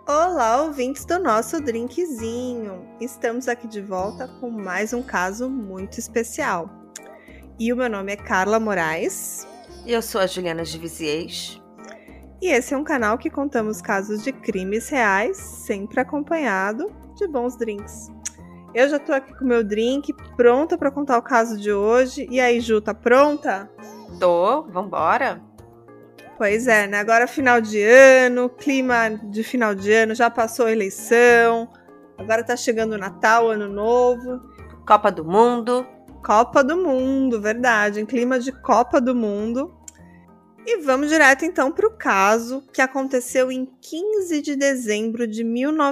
Olá, ouvintes do nosso drinkzinho! Estamos aqui de volta com mais um caso muito especial. E o meu nome é Carla Moraes. E eu sou a Juliana Givisiez. E esse é um canal que contamos casos de crimes reais, sempre acompanhado de bons drinks. Eu já tô aqui com o meu drink, pronta para contar o caso de hoje. E aí, Ju, tá pronta? Tô, vambora! Pois é, né? Agora final de ano, clima de final de ano, já passou a eleição, agora tá chegando o Natal, Ano Novo. Copa do Mundo. Copa do Mundo, verdade, em clima de Copa do Mundo. E vamos direto então para o caso que aconteceu em 15 de dezembro de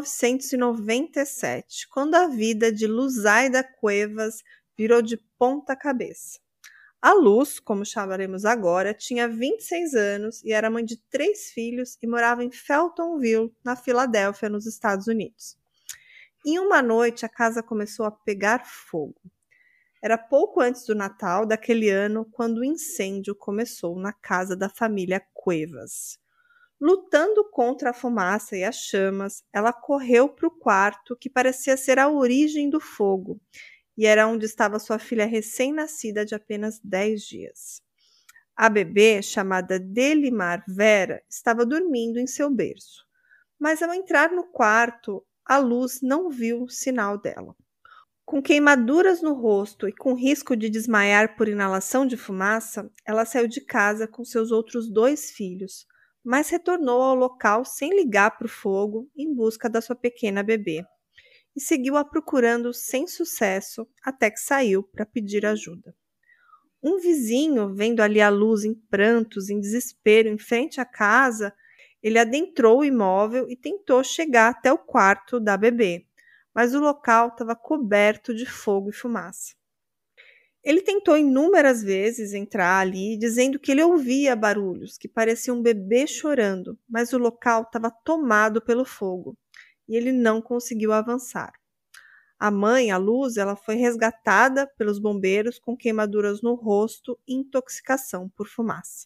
1997, quando a vida de Luzaida Cuevas virou de ponta cabeça. A Luz, como chamaremos agora, tinha 26 anos e era mãe de 3 filhos e morava em Feltonville, na Filadélfia, nos Estados Unidos. Em uma noite, a casa começou a pegar fogo. Era pouco antes do Natal daquele ano quando o incêndio começou na casa da família Cuevas. Lutando contra a fumaça e as chamas, ela correu para o quarto que parecia ser a origem do fogo, e era onde estava sua filha recém-nascida de apenas 10 dias. A bebê, chamada Delimar Vera, estava dormindo em seu berço, mas ao entrar no quarto, a Luz não viu sinal dela. Com queimaduras no rosto e com risco de desmaiar por inalação de fumaça, ela saiu de casa com seus outros 2 filhos, mas retornou ao local sem ligar para o fogo em busca da sua pequena bebê. E seguiu-a procurando sem sucesso até que saiu para pedir ajuda. Um vizinho, vendo ali a Luz em prantos, em desespero, em frente à casa, ele adentrou o imóvel e tentou chegar até o quarto da bebê, mas o local estava coberto de fogo e fumaça. Ele tentou inúmeras vezes entrar ali, dizendo que ele ouvia barulhos, que parecia um bebê chorando, mas o local estava tomado pelo fogo e ele não conseguiu avançar. A mãe, a Luz, ela foi resgatada pelos bombeiros com queimaduras no rosto e intoxicação por fumaça.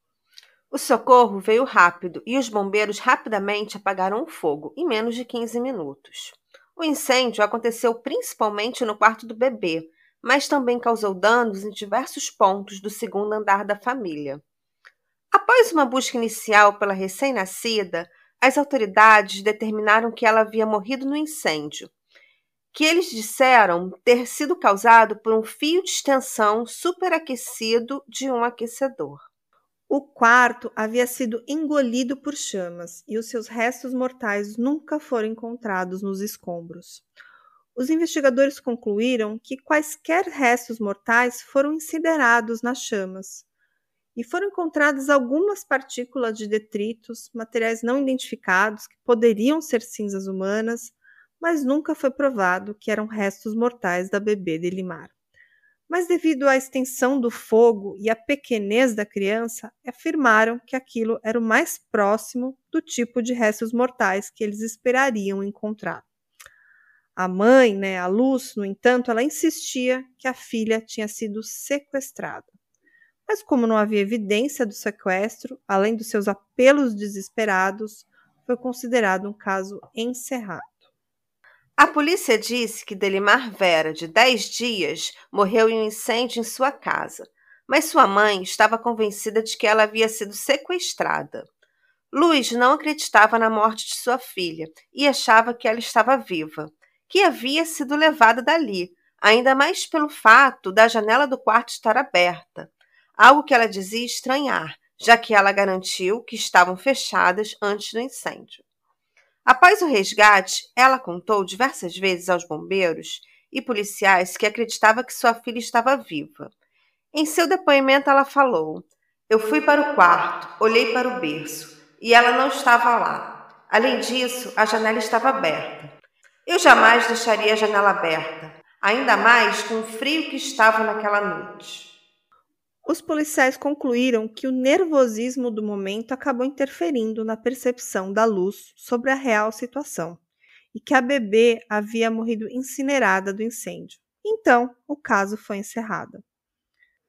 O socorro veio rápido e os bombeiros rapidamente apagaram o fogo, em menos de 15 minutos. O incêndio aconteceu principalmente no quarto do bebê, mas também causou danos em diversos pontos do segundo andar da família. Após uma busca inicial pela recém-nascida, as autoridades determinaram que ela havia morrido no incêndio, que eles disseram ter sido causado por um fio de extensão superaquecido de um aquecedor. O quarto havia sido engolido por chamas e os seus restos mortais nunca foram encontrados nos escombros. Os investigadores concluíram que quaisquer restos mortais foram incinerados nas chamas e foram encontradas algumas partículas de detritos, materiais não identificados que poderiam ser cinzas humanas, mas nunca foi provado que eram restos mortais da bebê Delimar. Mas devido à extensão do fogo e à pequenez da criança, afirmaram que aquilo era o mais próximo do tipo de restos mortais que eles esperariam encontrar. A mãe, a Luz, no entanto, ela insistia que a filha tinha sido sequestrada. Mas como não havia evidência do sequestro, além dos seus apelos desesperados, foi considerado um caso encerrado. A polícia disse que Delimar Vera, de 10 dias, morreu em um incêndio em sua casa, mas sua mãe estava convencida de que ela havia sido sequestrada. Luz não acreditava na morte de sua filha e achava que ela estava viva, que havia sido levada dali, ainda mais pelo fato da janela do quarto estar aberta, algo que ela dizia estranhar, já que ela garantiu que estavam fechadas antes do incêndio. Após o resgate, ela contou diversas vezes aos bombeiros e policiais que acreditava que sua filha estava viva. Em seu depoimento, ela falou: "Eu fui para o quarto, olhei para o berço e ela não estava lá. Além disso, a janela estava aberta. Eu jamais deixaria a janela aberta, ainda mais com o frio que estava naquela noite." Os policiais concluíram que o nervosismo do momento acabou interferindo na percepção da Luz sobre a real situação e que a bebê havia morrido incinerada do incêndio. Então, o caso foi encerrado.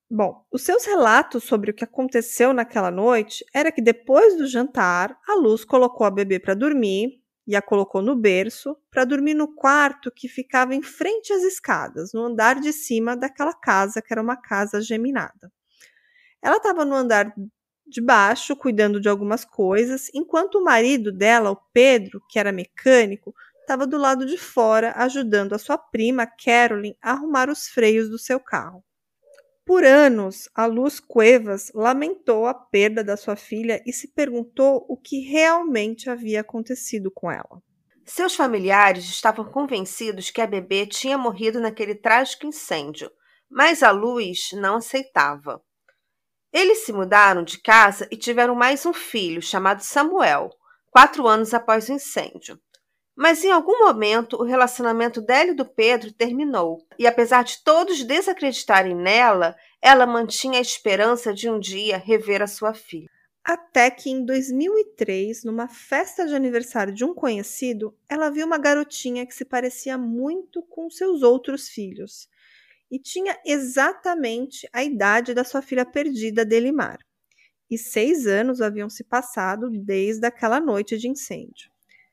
Bom, os seus relatos sobre o que aconteceu naquela noite era que depois do jantar, a Luz colocou a bebê para dormir e a colocou no berço para dormir no quarto que ficava em frente às escadas, no andar de cima daquela casa, que era uma casa geminada. Ela estava no andar de baixo, cuidando de algumas coisas, enquanto o marido dela, o Pedro, que era mecânico, estava do lado de fora ajudando a sua prima, Carolyn, a arrumar os freios do seu carro. Por anos, a Luz Cuevas lamentou a perda da sua filha e se perguntou o que realmente havia acontecido com ela. Seus familiares estavam convencidos que a bebê tinha morrido naquele trágico incêndio, mas a Luz não aceitava. Eles se mudaram de casa e tiveram mais um filho, chamado Samuel, 4 anos após o incêndio. Mas em algum momento o relacionamento dela e do Pedro terminou, e apesar de todos desacreditarem nela, ela mantinha a esperança de um dia rever a sua filha. Até que em 2003, numa festa de aniversário de um conhecido, ela viu uma garotinha que se parecia muito com seus outros filhos e tinha exatamente a idade da sua filha perdida, Delimar. E 6 anos haviam se passado desde aquela noite de incêndio.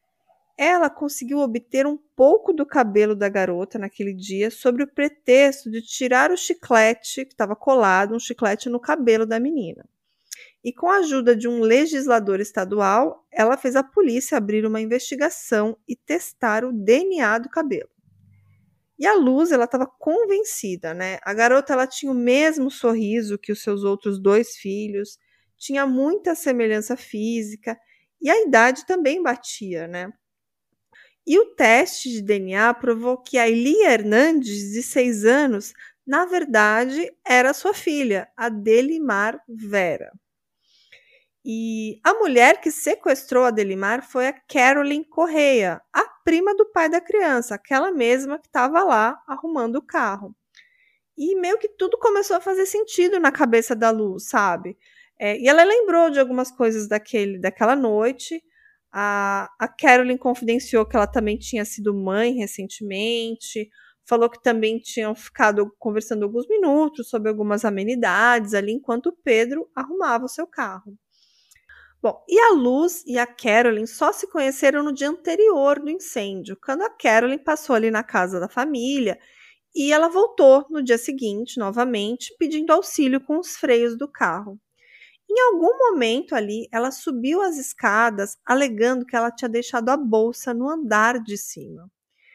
Ela conseguiu obter um pouco do cabelo da garota naquele dia sob o pretexto de tirar o chiclete que estava colado, um chiclete no cabelo da menina. E com a ajuda de um legislador estadual, ela fez a polícia abrir uma investigação e testar o DNA do cabelo. E a Luz, ela estava convencida, né? A garota, ela tinha o mesmo sorriso que os seus outros 2 filhos, tinha muita semelhança física e a idade também batia, né? E o teste de DNA provou que a Elia Hernandes, de 6 anos, na verdade era sua filha, a Delimar Vera. E a mulher que sequestrou a Delimar foi a Carolyn Correia, a prima do pai da criança, aquela mesma que estava lá arrumando o carro. E meio que tudo começou a fazer sentido na cabeça da Luz, sabe? E ela lembrou de algumas coisas daquela noite. A Carolyn confidenciou que ela também tinha sido mãe recentemente, falou que também tinham ficado conversando alguns minutos sobre algumas amenidades ali, enquanto o Pedro arrumava o seu carro. Bom, e a Luz e a Carolyn só se conheceram no dia anterior do incêndio, quando a Carolyn passou ali na casa da família e ela voltou no dia seguinte, novamente, pedindo auxílio com os freios do carro. Em algum momento ali, ela subiu as escadas, alegando que ela tinha deixado a bolsa no andar de cima.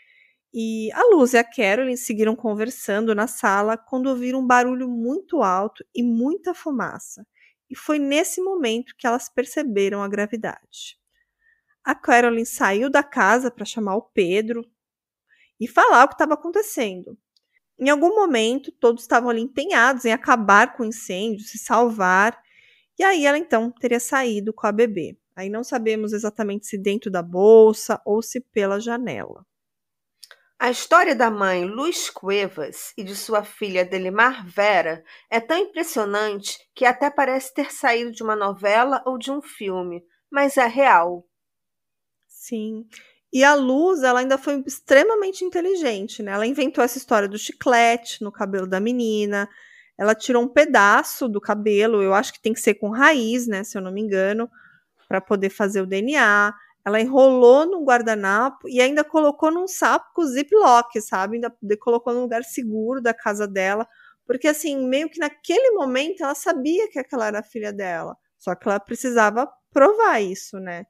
E a Luz e a Carolyn seguiram conversando na sala quando ouviram um barulho muito alto e muita fumaça. E foi nesse momento que elas perceberam a gravidade. A Carolyn saiu da casa para chamar o Pedro e falar o que estava acontecendo. Em algum momento, todos estavam ali empenhados em acabar com o incêndio, se salvar. E aí ela então teria saído com a bebê. Aí não sabemos exatamente se dentro da bolsa ou se pela janela. A história da mãe Luz Cuevas e de sua filha Delimar Vera é tão impressionante que até parece ter saído de uma novela ou de um filme, mas é real. Sim. E a Luz, ela ainda foi extremamente inteligente, né? Ela inventou essa história do chiclete no cabelo da menina. Ela tirou um pedaço do cabelo, eu acho que tem que ser com raiz, né, se eu não me engano, para poder fazer o DNA. Ela enrolou no guardanapo e ainda colocou num saco com ziplock, sabe? Ainda colocou num lugar seguro da casa dela, porque assim, meio que naquele momento ela sabia que aquela era a filha dela, só que ela precisava provar isso, né?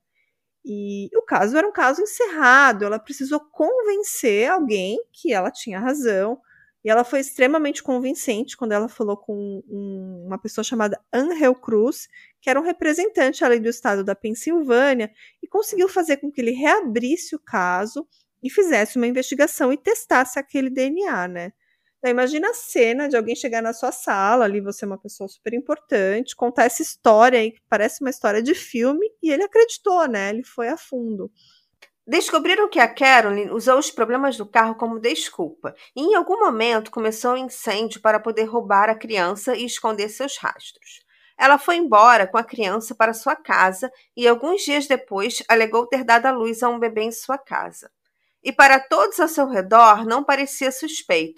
E o caso era um caso encerrado, ela precisou convencer alguém que ela tinha razão, e ela foi extremamente convincente quando ela falou com uma pessoa chamada Angel Cruz, que era um representante ali do estado da Pensilvânia, e conseguiu fazer com que ele reabrisse o caso e fizesse uma investigação e testasse aquele DNA, né? Então, imagina a cena de alguém chegar na sua sala, ali você é uma pessoa super importante, contar essa história aí, que parece uma história de filme, e ele acreditou, né? Ele foi a fundo. Descobriram que a Carolyn usou os problemas do carro como desculpa e em algum momento começou um incêndio para poder roubar a criança e esconder seus rastros. Ela foi embora com a criança para sua casa e alguns dias depois alegou ter dado à luz a um bebê em sua casa. E para todos ao seu redor não parecia suspeito,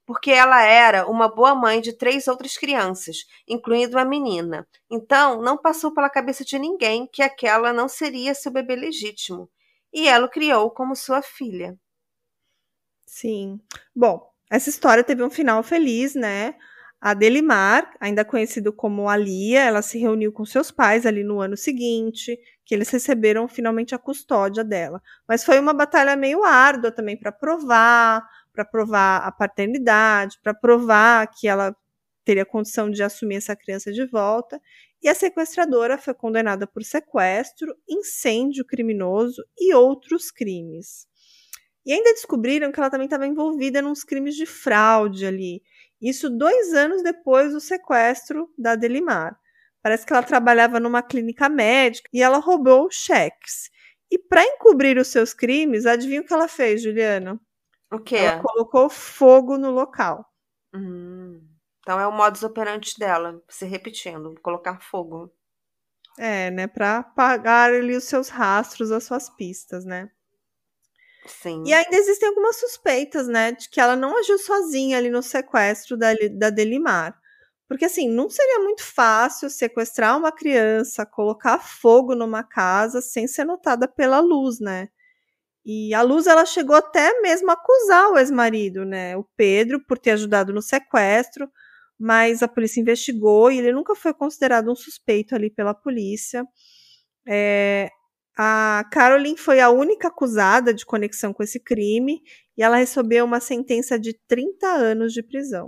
porque ela era uma boa mãe de 3 outras crianças, incluindo a menina. Então, não passou pela cabeça de ninguém que aquela não seria seu bebê legítimo, e ela o criou como sua filha. Sim. Bom, essa história teve um final feliz, né? A Delimar, ainda conhecido como Alia, ela se reuniu com seus pais ali no ano seguinte, que eles receberam finalmente a custódia dela. Mas foi uma batalha meio árdua também para provar a paternidade, para provar que ela teria condição de assumir essa criança de volta. E a sequestradora foi condenada por sequestro, incêndio criminoso e outros crimes. E ainda descobriram que ela também estava envolvida nos crimes de fraude ali. Isso 2 anos depois do sequestro da Delimar. Parece que ela trabalhava numa clínica médica e ela roubou cheques. E para encobrir os seus crimes, adivinha o que ela fez, Juliana? O quê? Ela colocou fogo no local. Então é o modus operandi dela, se repetindo, colocar fogo. É, né? Para apagar ali os seus rastros, as suas pistas, né? Sim. E ainda existem algumas suspeitas, né, de que ela não agiu sozinha ali no sequestro da Delimar. Porque, assim, não seria muito fácil sequestrar uma criança, colocar fogo numa casa sem ser notada pela Luz, né? E a Luz, ela chegou até mesmo a acusar o ex-marido, né, o Pedro, por ter ajudado no sequestro, mas a polícia investigou e ele nunca foi considerado um suspeito ali pela polícia. A Caroline foi a única acusada de conexão com esse crime e ela recebeu uma sentença de 30 anos de prisão.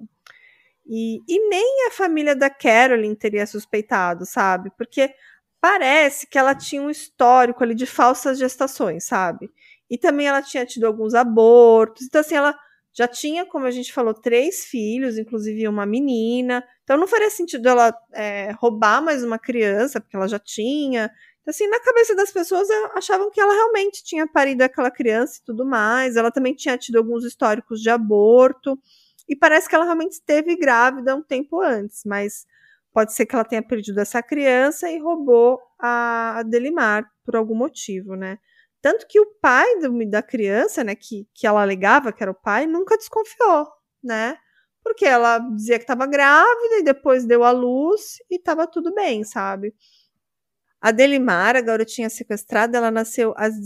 E nem a família da Caroline teria suspeitado, sabe? Porque parece que ela tinha um histórico ali de falsas gestações, sabe? E também ela tinha tido alguns abortos. Então, assim, ela já tinha, como a gente falou, 3 filhos, inclusive uma menina. Então, não faria sentido ela roubar mais uma criança, porque ela já tinha. Então, assim, na cabeça das pessoas, achavam que ela realmente tinha parido aquela criança e tudo mais. Ela também tinha tido alguns históricos de aborto. E parece que ela realmente esteve grávida um tempo antes, mas pode ser que ela tenha perdido essa criança e roubou a Delimar por algum motivo, né? Tanto que o pai da criança, né, que ela alegava que era o pai, nunca desconfiou, né? Porque ela dizia que estava grávida e depois deu à luz e estava tudo bem, sabe? A Delimar, a garotinha sequestrada, ela nasceu às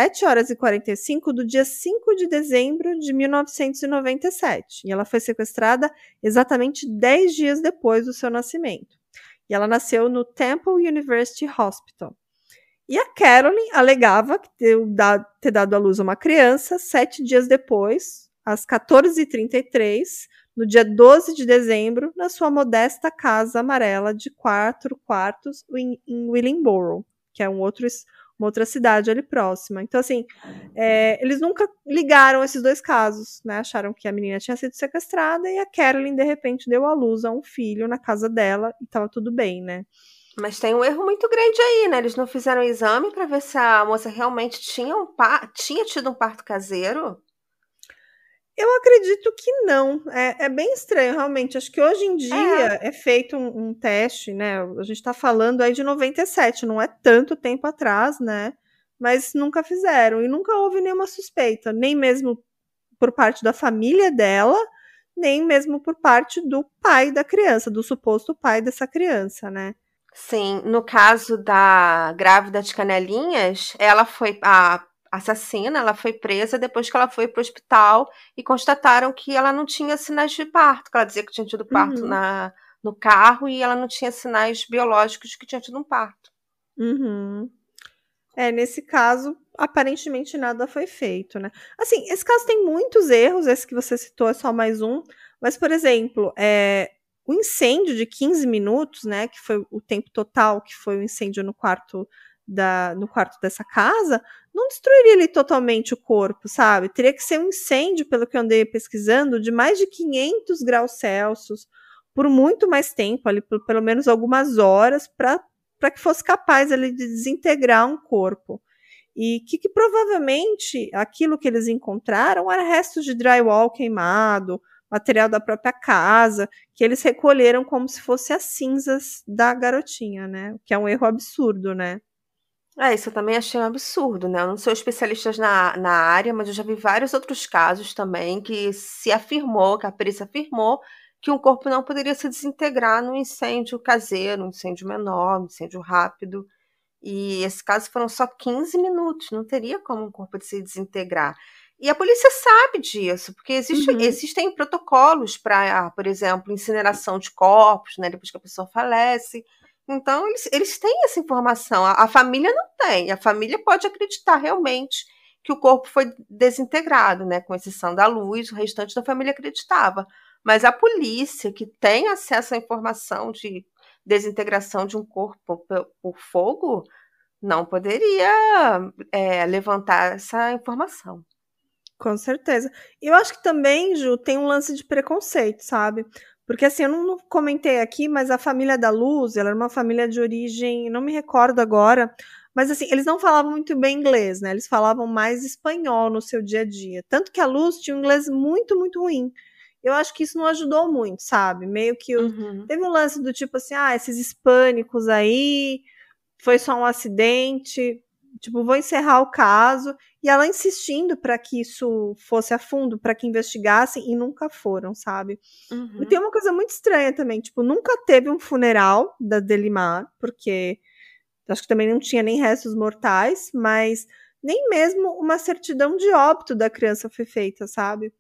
17h45 do dia 5 de dezembro de 1997. E ela foi sequestrada exatamente 10 dias depois do seu nascimento. E ela nasceu no Temple University Hospital. E a Caroline alegava que ter dado à luz a uma criança 7 dias depois, às 14h33, no dia 12 de dezembro, na sua modesta casa amarela de 4 quartos em Willingboro, que é uma outra cidade ali próxima. Então, assim, eles nunca ligaram esses 2 casos, né? Acharam que a menina tinha sido sequestrada e a Caroline, de repente, deu à luz a um filho na casa dela e estava tudo bem, né? Mas tem um erro muito grande aí, né? Eles não fizeram exame para ver se a moça realmente tinha tido um parto caseiro. Eu acredito que não. É bem estranho, realmente. Acho que hoje em dia é feito um teste, né? A gente está falando aí de 97, não é tanto tempo atrás, né? Mas nunca fizeram e nunca houve nenhuma suspeita, nem mesmo por parte da família dela, nem mesmo por parte do pai da criança, do suposto pai dessa criança, né? Sim, no caso da grávida de Canelinhas, ela foi a assassina, ela foi presa depois que ela foi para o hospital e constataram que ela não tinha sinais de parto, que ela dizia que tinha tido parto Uhum, no carro e ela não tinha sinais biológicos de que tinha tido um parto. uhum. Nesse caso, aparentemente nada foi feito, né? Assim, esse caso tem muitos erros, esse que você citou é só mais um, mas, por exemplo, o incêndio de 15 minutos, né, que foi o tempo total que foi o incêndio no quarto dessa casa, não destruiria ali totalmente o corpo, sabe? Teria que ser um incêndio, pelo que eu andei pesquisando, de mais de 500 graus Celsius, por muito mais tempo, ali por pelo menos algumas horas, para que fosse capaz ali de desintegrar um corpo. E que provavelmente aquilo que eles encontraram era restos de drywall queimado, material da própria casa, que eles recolheram como se fosse as cinzas da garotinha, né? O que é um erro absurdo, né? Isso eu também achei um absurdo, né? Eu não sou especialista na área, mas eu já vi vários outros casos também que se afirmou, que a perícia afirmou que um corpo não poderia se desintegrar num incêndio caseiro, um incêndio menor, um incêndio rápido. E esse caso foram só 15 minutos, não teria como um corpo de se desintegrar. E a polícia sabe disso, porque Uhum. existem protocolos para, por exemplo, incineração de corpos, né, depois que a pessoa falece. Então, eles têm essa informação. A família não tem. A família pode acreditar realmente que o corpo foi desintegrado, né, com exceção da Luz, o restante da família acreditava. Mas a polícia, que tem acesso à informação de desintegração de um corpo por fogo, não poderia levantar essa informação. Com certeza. E eu acho que também, Ju, tem um lance de preconceito, sabe? Porque assim, eu não comentei aqui, mas a família da Luz, ela era uma família de origem, não me recordo agora, mas assim, eles não falavam muito bem inglês, né? Eles falavam mais espanhol no seu dia a dia. Tanto que a Luz tinha um inglês muito, muito ruim. Eu acho que isso não ajudou muito, sabe? Meio que Uhum, teve um lance do tipo assim, esses hispânicos aí, foi só um acidente, tipo, vou encerrar o caso. E ela insistindo para que isso fosse a fundo, para que investigassem, e nunca foram, sabe? E tem uhum, uma coisa muito estranha também, tipo, nunca teve um funeral da Delimar, porque acho que também não tinha nem restos mortais, mas nem mesmo uma certidão de óbito da criança foi feita, sabe?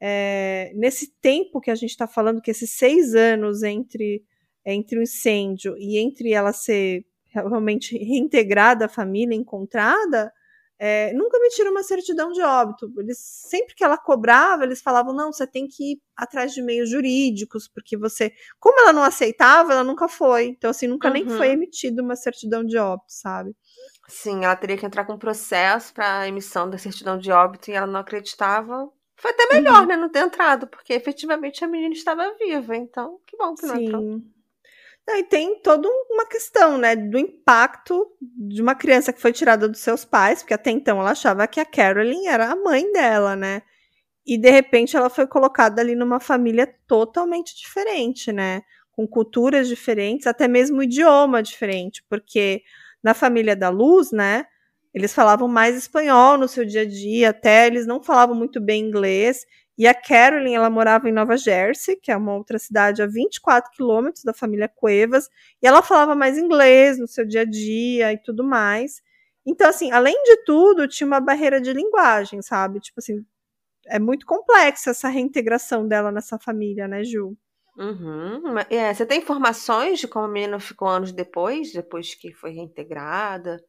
Nesse tempo que a gente está falando, que esses 6 anos entre o incêndio e entre ela ser realmente reintegrada à família, encontrada, nunca me tira uma certidão de óbito. Eles, sempre que ela cobrava, eles falavam, não, você tem que ir atrás de meios jurídicos, porque você... Como ela não aceitava, ela nunca foi. Então, assim, nunca nem foi uhum. emitida uma certidão de óbito, sabe? Sim, ela teria que entrar com processo para a emissão da certidão de óbito e ela não acreditava. Foi até melhor, Uhum, né, não ter entrado, porque efetivamente a menina estava viva, então que bom que não entrou. sim. E tem toda uma questão, né, do impacto de uma criança que foi tirada dos seus pais, porque até então ela achava que a Carolyn era a mãe dela, né? E de repente ela foi colocada ali numa família totalmente diferente, né? Com culturas diferentes, até mesmo idioma diferente, porque na família da Luz, né, eles falavam mais espanhol no seu dia a dia, até eles não falavam muito bem inglês. E a Carolyn, ela morava em Nova Jersey, que é uma outra cidade a 24 quilômetros da família Cuevas, e ela falava mais inglês no seu dia a dia e tudo mais. Então, assim, além de tudo, tinha uma barreira de linguagem, sabe? Tipo assim, é muito complexa essa reintegração dela nessa família, né, Ju? Uhum. Você tem informações de como a menina ficou anos depois que foi reintegrada?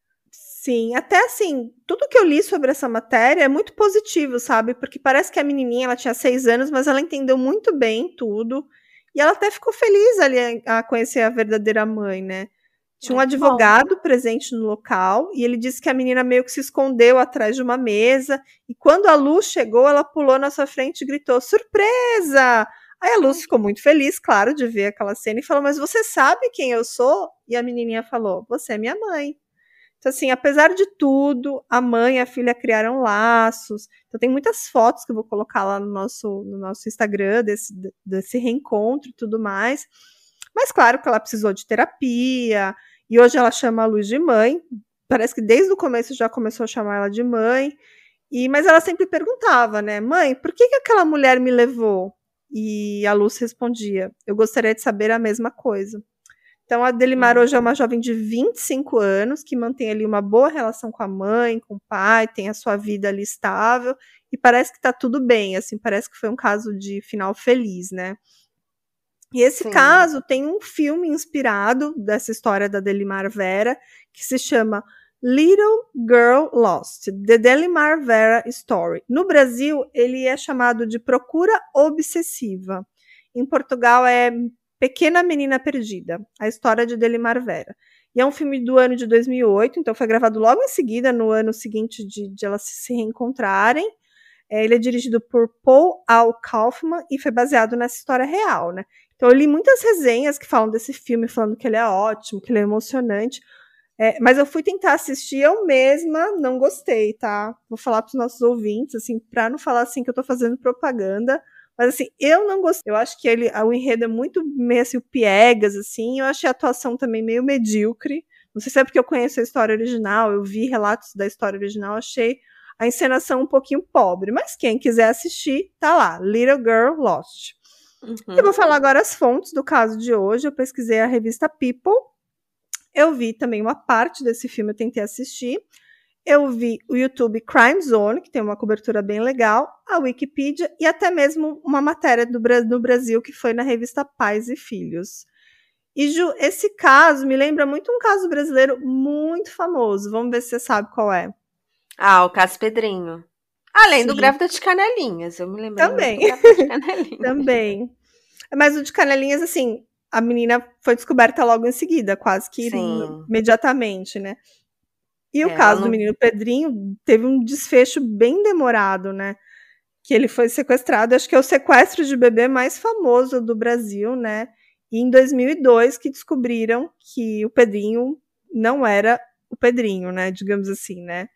Sim, até assim, tudo que eu li sobre essa matéria é muito positivo, sabe? Porque parece que a menininha, ela tinha 6 anos, mas ela entendeu muito bem tudo. E ela até ficou feliz ali a conhecer a verdadeira mãe, né? Tinha um Ai, que bom. advogado presente no local e ele disse que a menina meio que se escondeu atrás de uma mesa. E quando a Luz chegou, ela pulou na sua frente e gritou: Surpresa! Aí a Luz Ai, ficou muito feliz, claro, de ver aquela cena e falou: Mas você sabe quem eu sou? E a menininha falou: Você é minha mãe. Então, assim, apesar de tudo, a mãe e a filha criaram laços. Então, tem muitas fotos que eu vou colocar lá no nosso Instagram desse reencontro e tudo mais. Mas, claro que ela precisou de terapia. E hoje ela chama a Luz de mãe. Parece que desde o começo já começou a chamar ela de mãe. Mas ela sempre perguntava, né? Mãe, por que aquela mulher me levou? E a Luz respondia: Eu gostaria de saber a mesma coisa. Então, a Delimar hum. hoje é uma jovem de 25 anos, que mantém ali uma boa relação com a mãe, com o pai, tem a sua vida ali estável, e parece que está tudo bem, assim, parece que foi um caso de final feliz, né? E esse Sim. caso tem um filme inspirado dessa história da Delimar Vera, que se chama Little Girl Lost, The Delimar Vera Story. No Brasil, ele é chamado de Procura Obsessiva. Em Portugal é Pequena Menina Perdida, a história de Delimar Vera. E é um filme do ano de 2008, então foi gravado logo em seguida, no ano seguinte de elas se reencontrarem. Ele é dirigido por Paul Al Kaufman e foi baseado nessa história real, né? Então eu li muitas resenhas que falam desse filme, falando que ele é ótimo, que ele é emocionante. Mas eu fui tentar assistir, eu mesma não gostei, tá? Vou falar para os nossos ouvintes, assim, para não falar assim que eu tô fazendo propaganda. Mas assim, eu não gostei. Eu acho que o enredo é muito meio assim, piegas, assim. Eu achei a atuação também meio medíocre. Não sei se é porque eu conheço a história original, eu vi relatos da história original, achei a encenação um pouquinho pobre. Mas quem quiser assistir, tá lá, Little Girl Lost. Eu vou falar agora as fontes do caso de hoje. Eu pesquisei a revista People. Eu vi também uma parte desse filme, eu tentei assistir. Eu vi o YouTube Crime Zone, que tem uma cobertura bem legal, a Wikipedia e até mesmo uma matéria do Brasil que foi na revista Pais e Filhos. E, Ju, esse caso me lembra muito um caso brasileiro muito famoso. Vamos ver se você sabe qual é. Ah, o caso Pedrinho. Além do Sim. Grávida de Canelinhas, eu me lembrei Também. muito do Grávida de Canelinhas. Também. Mas o de Canelinhas, assim, a menina foi descoberta logo em seguida, quase que Sim. imediatamente, né? E o caso do menino Pedrinho teve um desfecho bem demorado, né? Que ele foi sequestrado, acho que é o sequestro de bebê mais famoso do Brasil, né? E em 2002 que descobriram que o Pedrinho não era o Pedrinho, né? Digamos assim, né?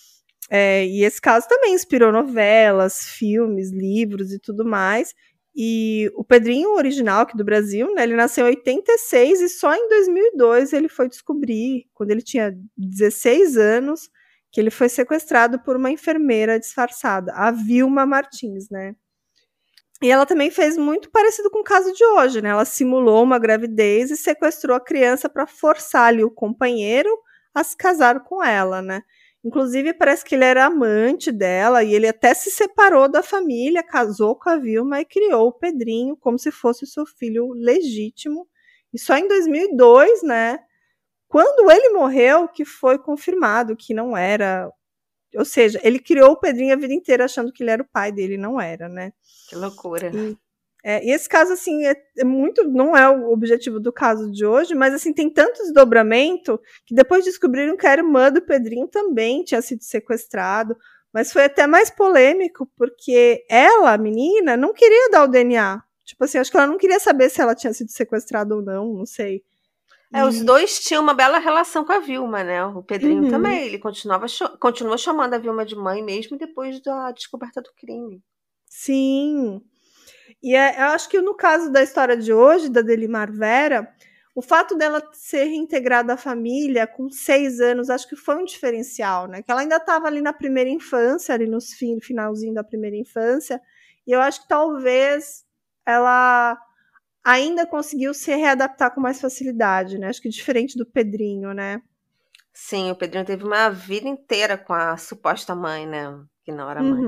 E esse caso também inspirou novelas, filmes, livros e tudo mais. E o Pedrinho original aqui do Brasil, né, ele nasceu em 86 e só em 2002 ele foi descobrir, quando ele tinha 16 anos, que ele foi sequestrado por uma enfermeira disfarçada, a Vilma Martins, né? E ela também fez muito parecido com o caso de hoje, né? Ela simulou uma gravidez e sequestrou a criança para forçar ali o companheiro a se casar com ela, né? Inclusive, parece que ele era amante dela e ele até se separou da família, casou com a Vilma e criou o Pedrinho como se fosse o seu filho legítimo. E só em 2002, né, quando ele morreu, que foi confirmado que não era. Ou seja, ele criou o Pedrinho a vida inteira achando que ele era o pai dele, não era, né? Que loucura. E esse caso, assim, não é o objetivo do caso de hoje, mas, assim, tem tanto desdobramento que depois descobriram que a irmã do Pedrinho também tinha sido sequestrado, mas foi até mais polêmico, porque ela, a menina, não queria dar o DNA. Tipo assim, acho que ela não queria saber se ela tinha sido sequestrada ou não sei. Os dois tinham uma bela relação com a Vilma, né? O Pedrinho também, ele continuou chamando a Vilma de mãe mesmo depois da descoberta do crime. Sim. E eu acho que no caso da história de hoje, da Delimar Vera, o fato dela ser reintegrada à família com 6 anos, acho que foi um diferencial, né? Que ela ainda estava ali na primeira infância, ali no finalzinho da primeira infância, e eu acho que talvez ela ainda conseguiu se readaptar com mais facilidade, né? Acho que diferente do Pedrinho, né? Sim, o Pedrinho teve uma vida inteira com a suposta mãe, né? Que não era mãe.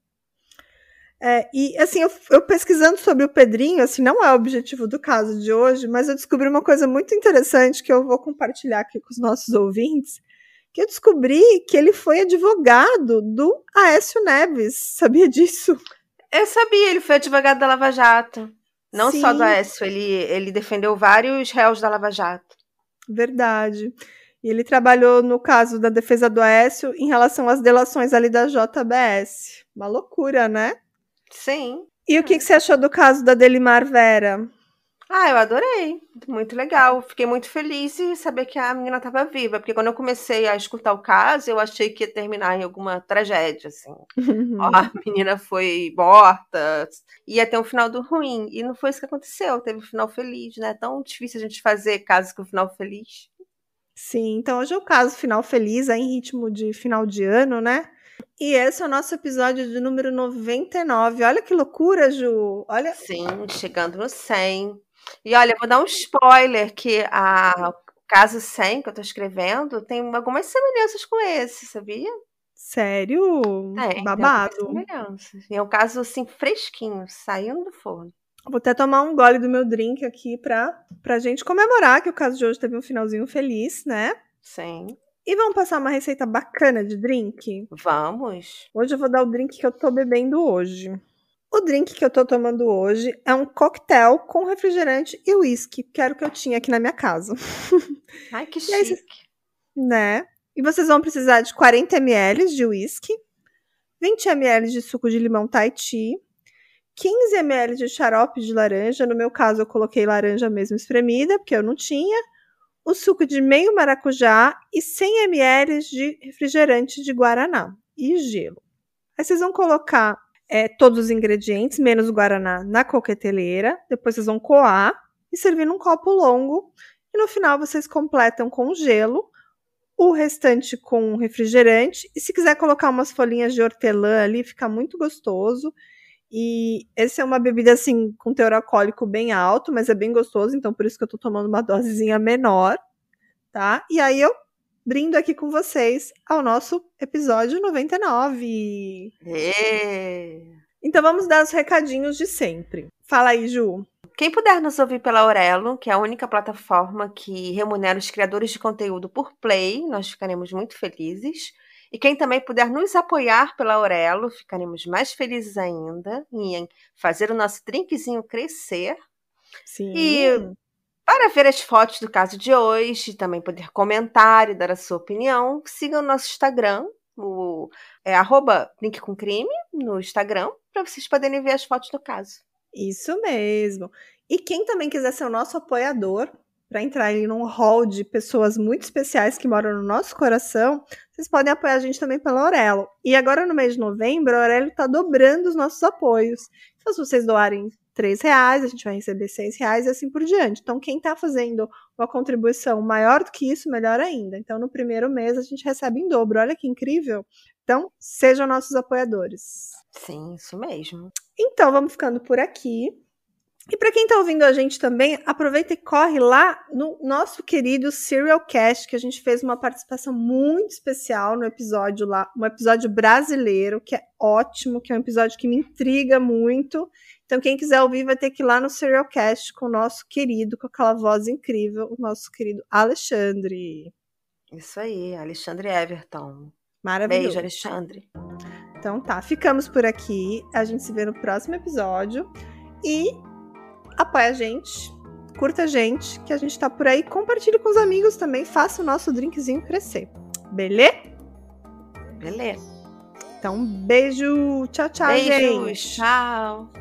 E assim, eu pesquisando sobre o Pedrinho, assim, não é o objetivo do caso de hoje, mas eu descobri uma coisa muito interessante que eu vou compartilhar aqui com os nossos ouvintes, que eu descobri que ele foi advogado do Aécio Neves. Sabia disso? Eu sabia, ele foi advogado da Lava Jato. Não Sim, só do Aécio, ele defendeu vários réus da Lava Jato. verdade. E ele trabalhou no caso da defesa do Aécio em relação às delações ali da JBS. Uma loucura, né? Sim. E o que você achou do caso da Delimar Vera? Ah, eu adorei. Muito legal. Fiquei muito feliz em saber que a menina estava viva, porque quando eu comecei a escutar o caso, eu achei que ia terminar em alguma tragédia, assim. Ó, a menina foi morta, ia ter um final do ruim. E não foi isso que aconteceu. Teve um final feliz, né? É tão difícil a gente fazer casos com final feliz. Sim, então hoje é o caso Final Feliz, em ritmo de final de ano, né? E esse é o nosso episódio de número 99. Olha que loucura, Ju. Olha. Sim, chegando no 100. E olha, eu vou dar um spoiler que o caso 100 que eu tô escrevendo tem algumas semelhanças com esse, sabia? Sério? Tem Babado. algumas semelhanças. E é um caso assim fresquinho, saindo do forno. Vou até tomar um gole do meu drink aqui pra gente comemorar que o caso de hoje teve um finalzinho feliz, né? Sim. E vamos passar uma receita bacana de drink? Vamos. Hoje eu vou dar o drink que eu tô bebendo hoje. O drink que eu tô tomando hoje é um coquetel com refrigerante e uísque, que era o que eu tinha aqui na minha casa. Ai, que E aí, chique. né? E vocês vão precisar de 40 ml de uísque, 20 ml de suco de limão Tahiti, 15 ml de xarope de laranja, no meu caso eu coloquei laranja mesmo espremida, porque eu não tinha, o suco de meio maracujá e 100 ml de refrigerante de guaraná e gelo. Aí vocês vão colocar todos os ingredientes, menos o guaraná, na coqueteleira, depois vocês vão coar e servir num copo longo E no final vocês completam com gelo, o restante com refrigerante. E se quiser colocar umas folhinhas de hortelã ali, fica muito gostoso. E essa é uma bebida, assim, com teor alcoólico bem alto, mas é bem gostoso, então por isso que eu tô tomando uma dosezinha menor, tá? E aí eu brindo aqui com vocês ao nosso episódio 99. Então vamos dar os recadinhos de sempre. Fala aí, Ju. Quem puder nos ouvir pela Aurelo, que é a única plataforma que remunera os criadores de conteúdo por play, nós ficaremos muito felizes. E quem também puder nos apoiar pela Aurelo, ficaremos mais felizes ainda em fazer o nosso drinkzinho crescer. Sim. E para ver as fotos do caso de hoje, também poder comentar e dar a sua opinião, siga o nosso Instagram, @drinkcomcrime no Instagram, para vocês poderem ver as fotos do caso. Isso mesmo. E quem também quiser ser o nosso apoiador, para entrar aí num hall de pessoas muito especiais que moram no nosso coração, vocês podem apoiar a gente também pela Aurelo. E agora no mês de novembro, a Aurelo está dobrando os nossos apoios. Então, se vocês doarem R$3, a gente vai receber R$6 e assim por diante. Então, quem está fazendo uma contribuição maior do que isso, melhor ainda. Então, no primeiro mês, a gente recebe em dobro. Olha que incrível. Então, sejam nossos apoiadores. Sim, isso mesmo. Então, vamos ficando por aqui. E para quem está ouvindo a gente também, aproveita e corre lá no nosso querido Serial Cast, que a gente fez uma participação muito especial no episódio lá, um episódio brasileiro, que é ótimo, que é um episódio que me intriga muito. Então, quem quiser ouvir vai ter que ir lá no Serial Cast com o nosso querido, com aquela voz incrível, o nosso querido Alexandre. Isso aí, Alexandre Everton. Maravilhoso. Beijo, Alexandre. Então tá, ficamos por aqui. A gente se vê no próximo episódio. E apoia a gente, curta a gente, que a gente tá por aí. Compartilhe com os amigos também, faça o nosso drinkzinho crescer. Beleza? Beleza. Então, beijo. Tchau, tchau, Beijos, gente. tchau.